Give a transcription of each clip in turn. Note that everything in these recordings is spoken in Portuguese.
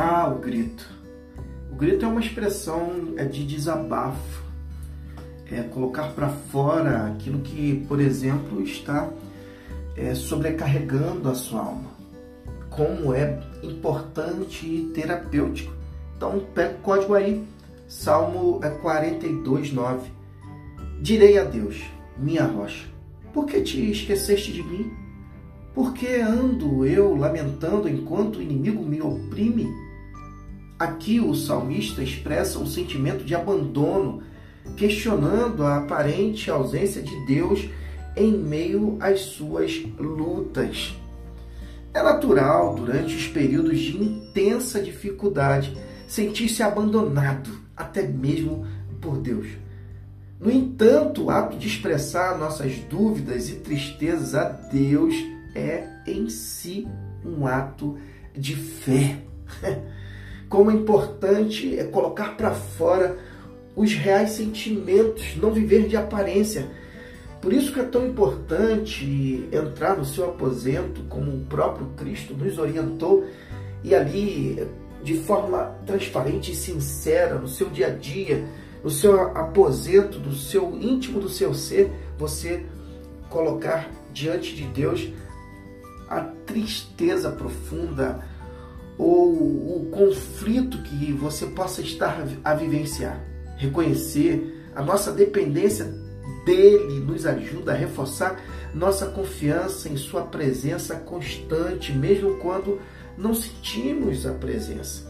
O grito. O grito é uma expressão de desabafo. É colocar para fora aquilo que, por exemplo, está sobrecarregando a sua alma. Como é importante e terapêutico. Então, pega o código aí, Salmo 42:9. Direi a Deus, minha rocha, por que te esqueceste de mim? Por que ando eu lamentando enquanto o inimigo me oprime? Aqui o salmista expressa um sentimento de abandono, questionando a aparente ausência de Deus em meio às suas lutas. É natural, durante os períodos de intensa dificuldade, sentir-se abandonado, até mesmo por Deus. No entanto, o ato de expressar nossas dúvidas e tristezas a Deus é em si um ato de fé. Como é importante colocar para fora os reais sentimentos, não viver de aparência. Por isso que é tão importante entrar no seu aposento, como o próprio Cristo nos orientou, e ali, de forma transparente e sincera, no seu dia a dia, no seu aposento, do seu íntimo do seu ser, você colocar diante de Deus a tristeza profunda ou o conflito que você possa estar a vivenciar. Reconhecer a nossa dependência dele nos ajuda a reforçar nossa confiança em sua presença constante, mesmo quando não sentimos a presença.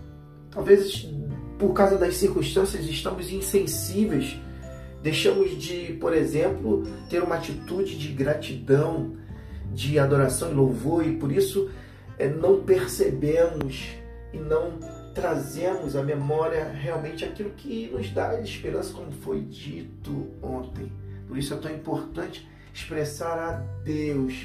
Talvez por causa das circunstâncias estamos insensíveis, deixamos de, por exemplo, ter uma atitude de gratidão, de adoração e louvor, e por isso não percebemos e não trazemos à memória realmente aquilo que nos dá esperança, como foi dito ontem. Por isso é tão importante expressar a Deus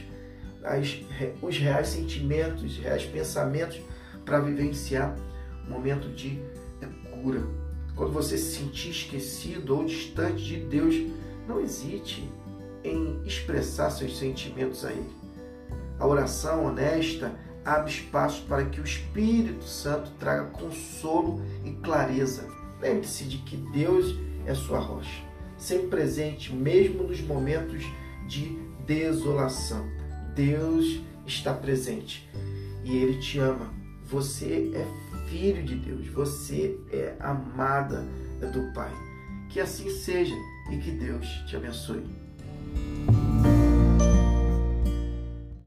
os reais sentimentos, os reais pensamentos para vivenciar um momento de cura. Quando você se sentir esquecido ou distante de Deus, não hesite em expressar seus sentimentos a Ele. A oração honesta abre espaço para que o Espírito Santo traga consolo e clareza. Lembre-se de que Deus é sua rocha, sempre presente, mesmo nos momentos de desolação. Deus está presente e Ele te ama. Você é filho de Deus, você é amada do Pai. Que assim seja e que Deus te abençoe.